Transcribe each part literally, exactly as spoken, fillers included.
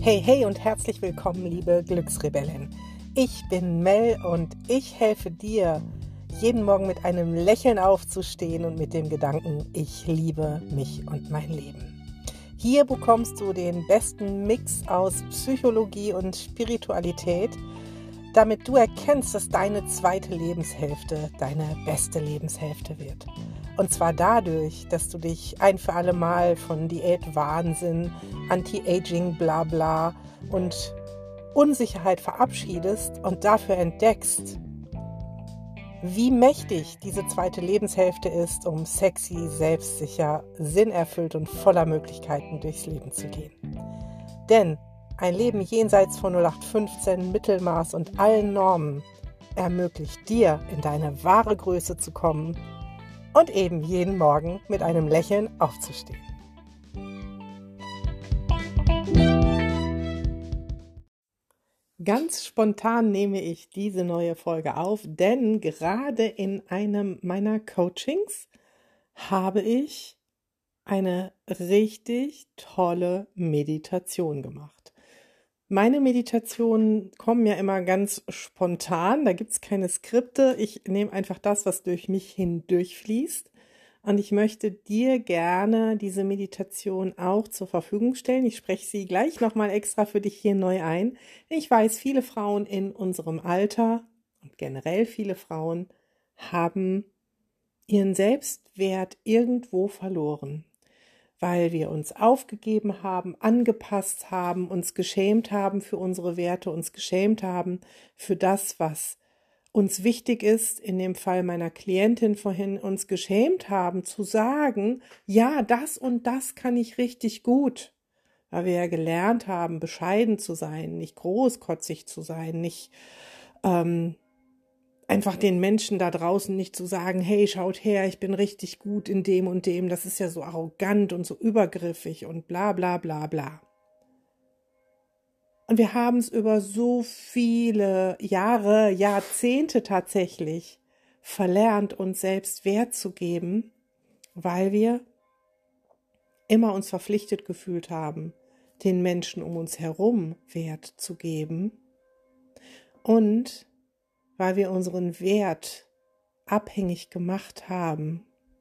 Hey, hey und herzlich willkommen, liebe Glücksrebellin. Ich bin Mel und ich helfe dir, jeden Morgen mit einem Lächeln aufzustehen und mit dem Gedanken, ich liebe mich und mein Leben. Hier bekommst du den besten Mix aus Psychologie und Spiritualität, damit du erkennst, dass deine zweite Lebenshälfte deine beste Lebenshälfte wird. Und zwar dadurch, dass du dich ein für alle Mal von Diätwahnsinn, Anti-Aging, Blabla und Unsicherheit verabschiedest und dafür entdeckst, wie mächtig diese zweite Lebenshälfte ist, um sexy, selbstsicher, sinnerfüllt und voller Möglichkeiten durchs Leben zu gehen. Denn ein Leben jenseits von null acht fünfzehn, Mittelmaß und allen Normen ermöglicht dir, in deine wahre Größe zu kommen und eben jeden Morgen mit einem Lächeln aufzustehen. Ganz spontan nehme ich diese neue Folge auf, denn gerade in einem meiner Coachings habe ich eine richtig tolle Meditation gemacht. Meine Meditationen kommen ja immer ganz spontan, da gibt es keine Skripte. Ich nehme einfach das, was durch mich hindurchfließt. Und ich möchte dir gerne diese Meditation auch zur Verfügung stellen. Ich spreche sie gleich nochmal extra für dich hier neu ein. Ich weiß, viele Frauen in unserem Alter und generell viele Frauen haben ihren Selbstwert irgendwo verloren, weil wir uns aufgegeben haben, angepasst haben, uns geschämt haben für unsere Werte, uns geschämt haben für das, was uns wichtig ist, in dem Fall meiner Klientin vorhin, uns geschämt haben zu sagen, ja, das und das kann ich richtig gut, weil wir ja gelernt haben, bescheiden zu sein, nicht großkotzig zu sein, nicht ähm, einfach den Menschen da draußen nicht zu sagen, hey, schaut her, ich bin richtig gut in dem und dem, das ist ja so arrogant und so übergriffig und bla bla bla bla. Und wir haben es über so viele Jahre, Jahrzehnte tatsächlich verlernt, uns selbst Wert zu geben, weil wir immer uns verpflichtet gefühlt haben, den Menschen um uns herum Wert zu geben und weil wir unseren Wert abhängig gemacht haben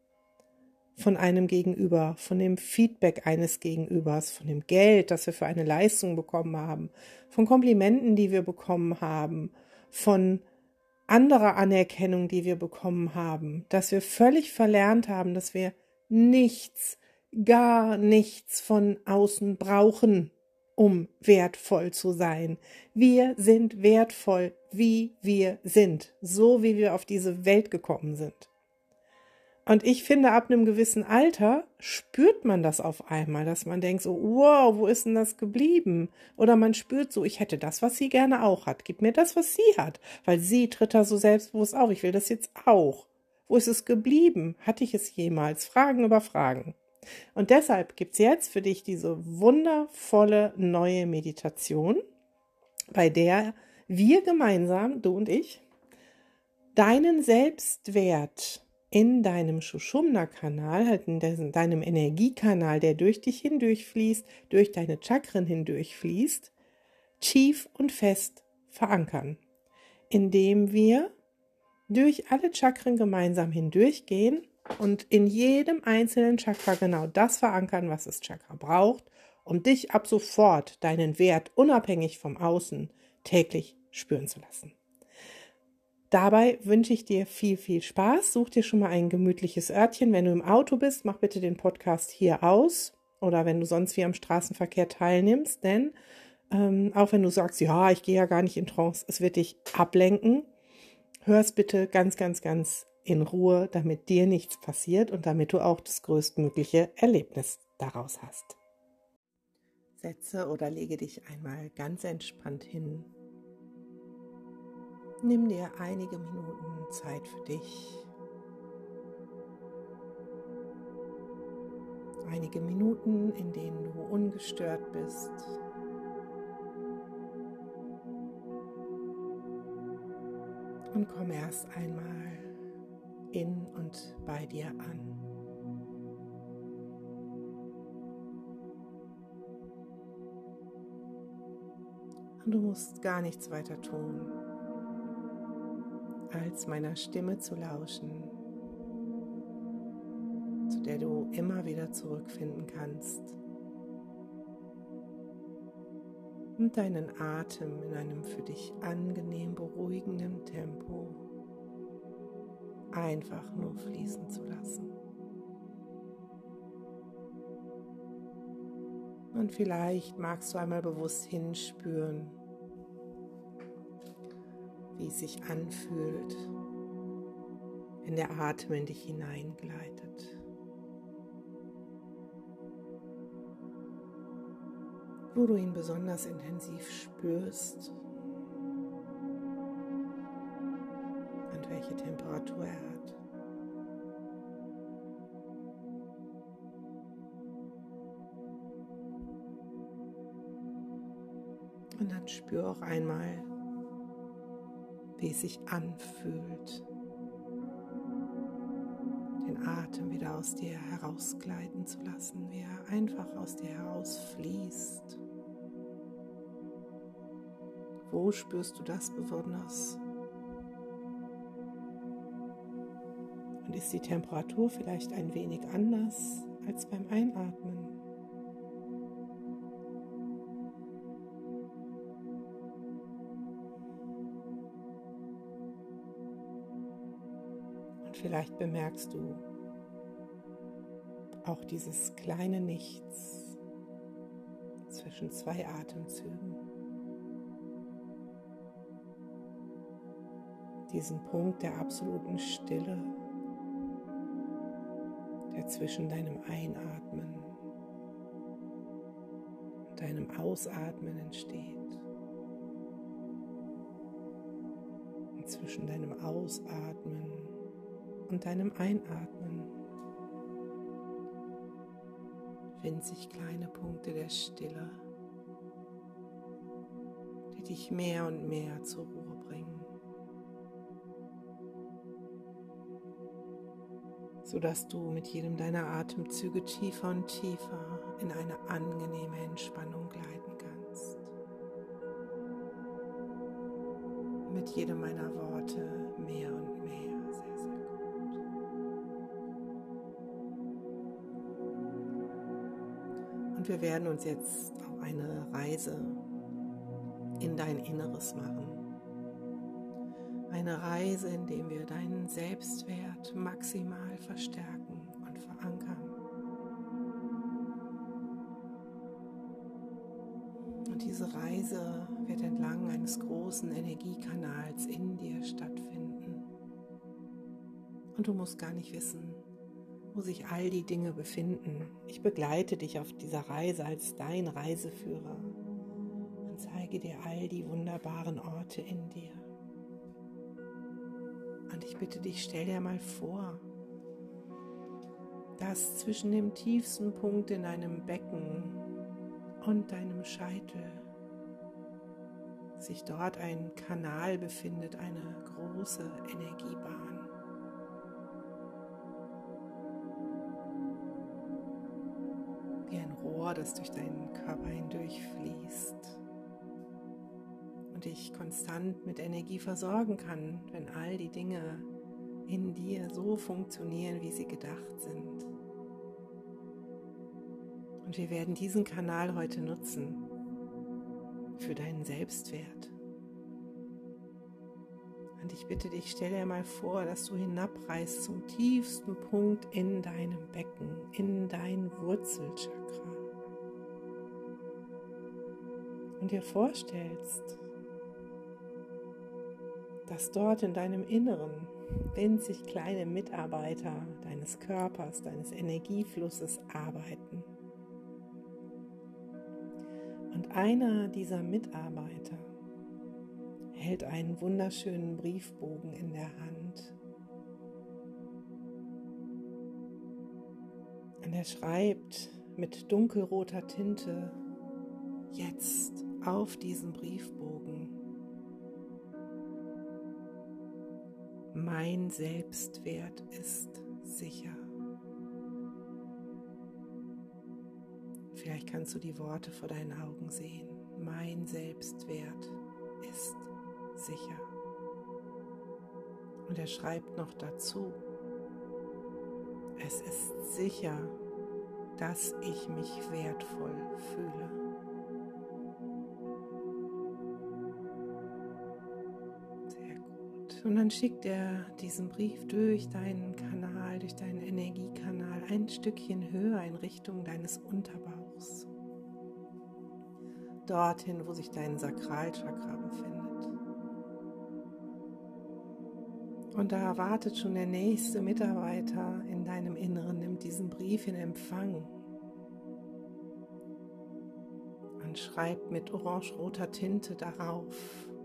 von einem Gegenüber, von dem Feedback eines Gegenübers, von dem Geld, das wir für eine Leistung bekommen haben, von Komplimenten, die wir bekommen haben, von anderer Anerkennung, die wir bekommen haben, dass wir völlig verlernt haben, dass wir nichts, gar nichts von außen brauchen, um wertvoll zu sein. Wir sind wertvoll, wie wir sind, so wie wir auf diese Welt gekommen sind. Und ich finde, ab einem gewissen Alter spürt man das auf einmal, dass man denkt so, wow, wo ist denn das geblieben? Oder man spürt so, ich hätte das, was sie gerne auch hat. Gib mir das, was sie hat, weil sie tritt da so selbstbewusst auf. Ich will das jetzt auch. Wo ist es geblieben? Hatte ich es jemals? Fragen über Fragen. Und deshalb gibt's jetzt für dich diese wundervolle neue Meditation, bei der wir gemeinsam, du und ich, deinen Selbstwert in deinem Shushumna-Kanal, halt in deinem Energiekanal, der durch dich hindurchfließt, durch deine Chakren hindurchfließt, tief und fest verankern, indem wir durch alle Chakren gemeinsam hindurchgehen und in jedem einzelnen Chakra genau das verankern, was das Chakra braucht, um dich ab sofort deinen Wert unabhängig vom Außen täglich spüren zu lassen. Dabei wünsche ich dir viel, viel Spaß. Such dir schon mal ein gemütliches Örtchen. Wenn du im Auto bist, mach bitte den Podcast hier aus oder wenn du sonst wie am Straßenverkehr teilnimmst, denn ähm, auch wenn du sagst, ja, ich gehe ja gar nicht in Trance, es wird dich ablenken. Hör es bitte ganz, ganz, ganz in Ruhe, damit dir nichts passiert und damit du auch das größtmögliche Erlebnis daraus hast. Setze oder lege dich einmal ganz entspannt hin. Nimm dir einige Minuten Zeit für dich. Einige Minuten, in denen du ungestört bist. Und komm erst einmal in und bei dir an. Und du musst gar nichts weiter tun, als meiner Stimme zu lauschen, zu der du immer wieder zurückfinden kannst. Und deinen Atem in einem für dich angenehm beruhigenden Tempo einfach nur fließen zu lassen. Und vielleicht magst du einmal bewusst hinspüren, wie es sich anfühlt, wenn der Atem in dich hineingleitet. Wo du ihn besonders intensiv spürst und welche Temperatur er hat. Und dann spür auch einmal, wie es sich anfühlt, den Atem wieder aus dir herausgleiten zu lassen, wie er einfach aus dir herausfließt. Wo spürst du das besonders? Und ist die Temperatur vielleicht ein wenig anders als beim Einatmen? Und vielleicht bemerkst du auch dieses kleine Nichts zwischen zwei Atemzügen. Diesen Punkt der absoluten Stille, der zwischen deinem Einatmen und deinem Ausatmen entsteht. Und zwischen deinem Ausatmen und deinem Einatmen winzig kleine Punkte der Stille, die dich mehr und mehr zur Ruhe bringen, sodass du mit jedem deiner Atemzüge tiefer und tiefer in eine angenehme Entspannung gleiten kannst. Mit jedem meiner Worte mehr und mehr. Sehr, sehr gut. Und wir werden uns jetzt auf eine Reise in dein Inneres machen. Eine Reise, in der wir deinen Selbstwert maximal verstärken und verankern. Und diese Reise wird entlang eines großen Energiekanals in dir stattfinden. Und du musst gar nicht wissen, wo sich all die Dinge befinden. Ich begleite dich auf dieser Reise als dein Reiseführer und zeige dir all die wunderbaren Orte in dir. Und ich bitte dich, stell dir mal vor, dass zwischen dem tiefsten Punkt in deinem Becken und deinem Scheitel sich dort ein Kanal befindet, eine große Energiebahn. Wie ein Rohr, das durch deinen Körper hindurch fließt und dich konstant mit Energie versorgen kann, wenn all die Dinge in dir so funktionieren, wie sie gedacht sind. Und wir werden diesen Kanal heute nutzen für deinen Selbstwert. Und ich bitte dich, stell dir mal vor, dass du hinabreißt zum tiefsten Punkt in deinem Becken, in dein Wurzelchakra. Und dir vorstellst, dass dort in deinem Inneren winzig kleine Mitarbeiter deines Körpers, deines Energieflusses arbeiten. Und einer dieser Mitarbeiter hält einen wunderschönen Briefbogen in der Hand. Und er schreibt mit dunkelroter Tinte jetzt auf diesen Briefbogen: Mein Selbstwert ist sicher. Vielleicht kannst du die Worte vor deinen Augen sehen. mein Selbstwert ist sicher. Und er schreibt noch dazu, es ist sicher, dass ich mich wertvoll fühle. Sehr gut. Und dann schickt er diesen Brief durch deinen Kanal, durch deinen Energiekanal ein Stückchen höher in Richtung deines Unterbauchs. Dorthin, wo sich dein Sakralchakra befindet. Und da wartet schon der nächste Mitarbeiter in deinem Inneren, nimmt diesen Brief in Empfang und schreibt mit orange-roter Tinte darauf: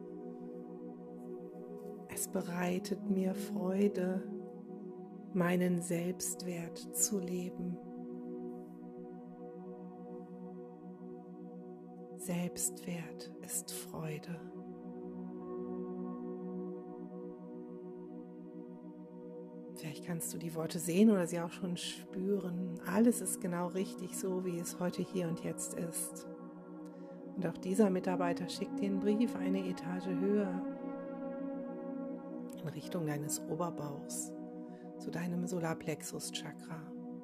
Es bereitet mir Freude, meinen Selbstwert zu leben. Selbstwert ist Freude. Vielleicht kannst du die Worte sehen oder sie auch schon spüren. Alles ist genau richtig so, wie es heute hier und jetzt ist. Und auch dieser Mitarbeiter schickt den Brief eine Etage höher in Richtung deines Oberbauchs, zu deinem Solarplexus-Chakra.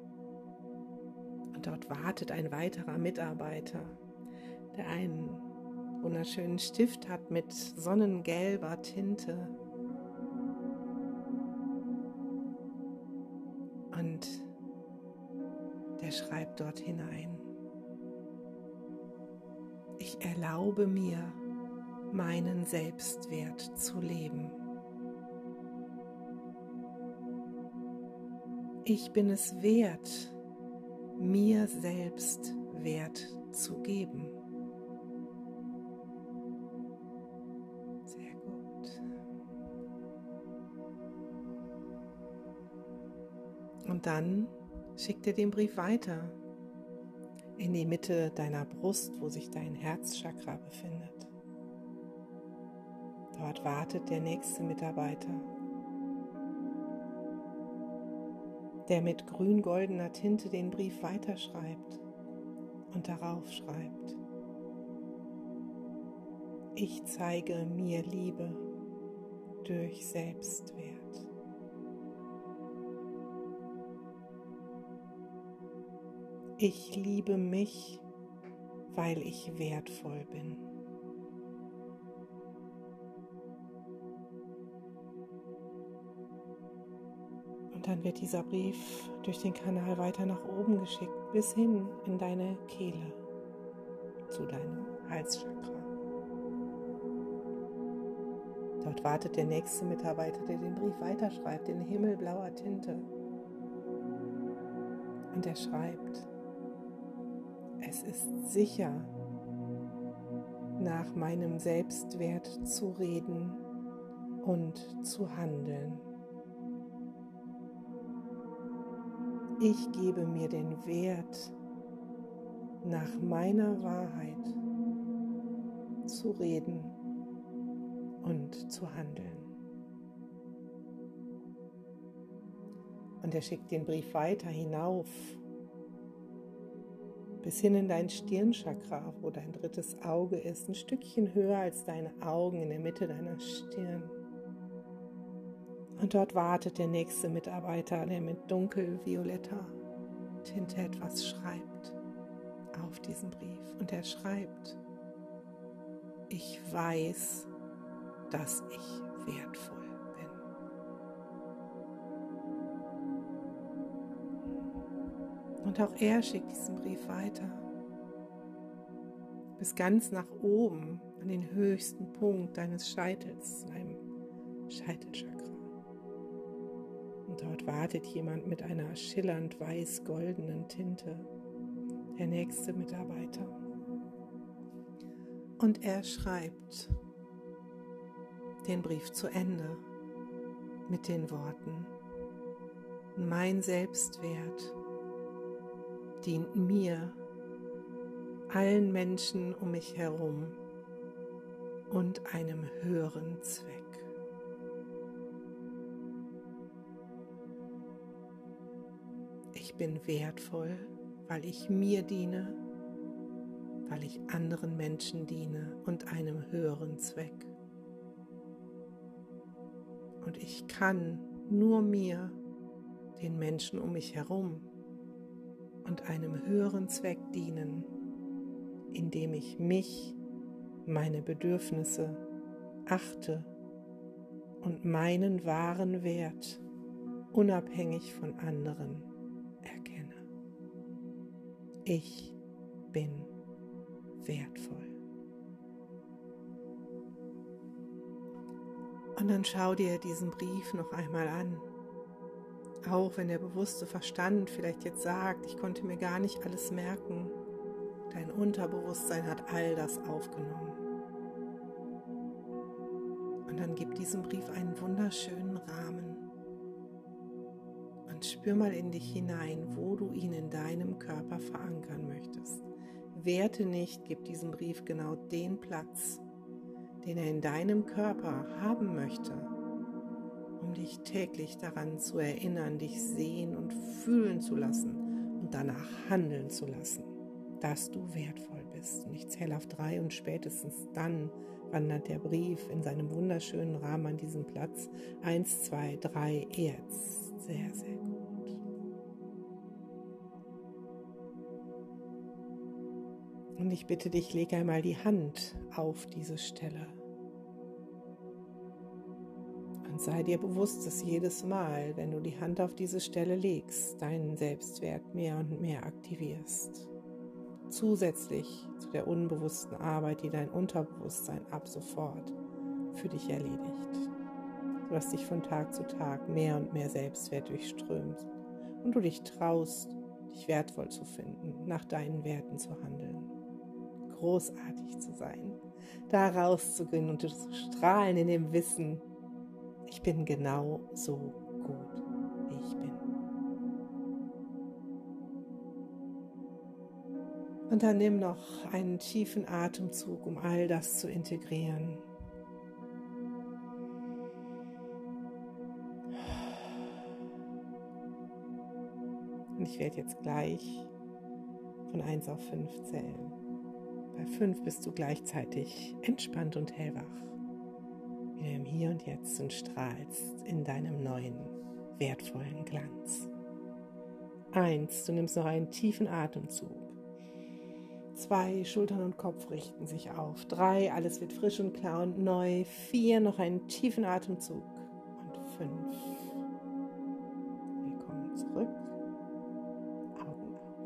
Und dort wartet ein weiterer Mitarbeiter, der einen wunderschönen Stift hat mit sonnengelber Tinte. Und der schreibt dort hinein: Ich erlaube mir, meinen Selbstwert zu leben. Ich bin es wert, mir selbst Wert zu geben. Sehr gut. Und dann schickt er den Brief weiter in die Mitte deiner Brust, wo sich dein Herzchakra befindet. Dort wartet der nächste Mitarbeiter, der mit grün-goldener Tinte den Brief weiterschreibt und darauf schreibt: Ich zeige mir Liebe durch Selbstwert. Ich liebe mich, weil ich wertvoll bin. Und dann wird dieser Brief durch den Kanal weiter nach oben geschickt, bis hin in deine Kehle, zu deinem Halschakra. Dort wartet der nächste Mitarbeiter, der den Brief weiterschreibt, in himmelblauer Tinte. Und er schreibt: Es ist sicher, nach meinem Selbstwert zu reden und zu handeln. Ich gebe mir den Wert, nach meiner Wahrheit zu reden und zu handeln. Und er schickt den Brief weiter hinauf, bis hin in dein Stirnchakra, wo dein drittes Auge ist, ein Stückchen höher als deine Augen in der Mitte deiner Stirn. Und dort wartet der nächste Mitarbeiter, der mit dunkelvioletter Tinte etwas schreibt auf diesen Brief. Und er schreibt: Ich weiß, dass ich wertvoll bin. Und auch er schickt diesen Brief weiter, bis ganz nach oben, an den höchsten Punkt deines Scheitels, deinem Scheitelchakra. Und dort wartet jemand mit einer schillernd weiß-goldenen Tinte, der nächste Mitarbeiter. Und er schreibt den Brief zu Ende mit den Worten: Mein Selbstwert dient mir, allen Menschen um mich herum und einem höheren Zweck. Ich bin wertvoll, weil ich mir diene weil ich anderen Menschen diene und einem höheren Zweck. Und ich kann nur mir, den Menschen um mich herum und einem höheren Zweck dienen, indem ich mich, meine Bedürfnisse achte und meinen wahren Wert unabhängig von anderen erkenne. Ich bin wertvoll. Und dann schau dir diesen Brief noch einmal an. Auch wenn der bewusste Verstand vielleicht jetzt sagt, ich konnte mir gar nicht alles merken, dein Unterbewusstsein hat all das aufgenommen. Und dann gib diesem Brief einen wunderschönen Rahmen und spür mal in dich hinein, wo du ihn in deinem Körper verankern möchtest. Werte nicht, gib diesem Brief genau den Platz, den er in deinem Körper haben möchte, um dich täglich daran zu erinnern, dich sehen und fühlen zu lassen und danach handeln zu lassen, dass du wertvoll bist. Und ich zähle auf drei und spätestens dann wandert der Brief in seinem wunderschönen Rahmen an diesen Platz. Eins, zwei, drei, jetzt. Sehr, sehr gut. Und ich bitte dich, leg einmal die Hand auf diese Stelle. Und sei dir bewusst, dass jedes Mal, wenn du die Hand auf diese Stelle legst, deinen Selbstwert mehr und mehr aktivierst. Zusätzlich zu der unbewussten Arbeit, die dein Unterbewusstsein ab sofort für dich erledigt. Sodass dich von Tag zu Tag mehr und mehr Selbstwert durchströmt und du dich traust, dich wertvoll zu finden, nach deinen Werten zu handeln, großartig zu sein, da rauszugehen und zu strahlen in dem Wissen, ich bin genau so gut, wie ich bin. Und dann nimm noch einen tiefen Atemzug, um all das zu integrieren. Und ich werde jetzt gleich von eins auf fünf zählen. Bei fünf bist du gleichzeitig entspannt und hellwach. Wieder im Hier und Jetzt und strahlst in deinem neuen, wertvollen Glanz. Eins, du nimmst noch einen tiefen Atemzug. Zwei, Schultern und Kopf richten sich auf. Drei, alles wird frisch und klar und neu. Vier, noch einen tiefen Atemzug. Und fünf. Willkommen zurück. Augen auf.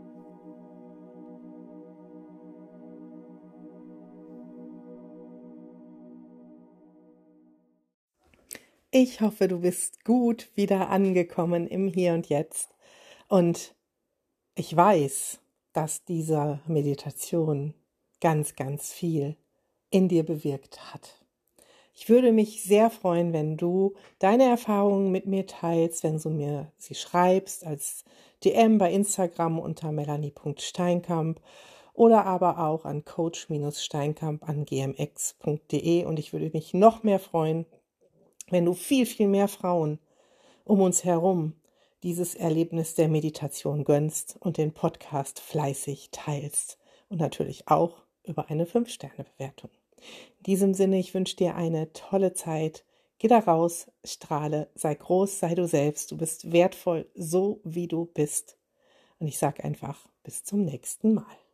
Ich hoffe, du bist gut wieder angekommen im Hier und Jetzt. Und ich weiß, dass diese Meditation ganz, ganz viel in dir bewirkt hat. Ich würde mich sehr freuen, wenn du deine Erfahrungen mit mir teilst, wenn du mir sie schreibst als D M bei Instagram unter melanie punkt steinkamp oder aber auch an coach steinkamp an g m x punkt d e. Und ich würde mich noch mehr freuen, wenn du viel, viel mehr Frauen um uns herum dieses Erlebnis der Meditation gönnst und den Podcast fleißig teilst und natürlich auch über eine fünf Sterne Bewertung. In diesem Sinne, ich wünsche dir eine tolle Zeit. Geh da raus, strahle, sei groß, sei du selbst. Du bist wertvoll, so wie du bist. Und ich sage einfach, bis zum nächsten Mal.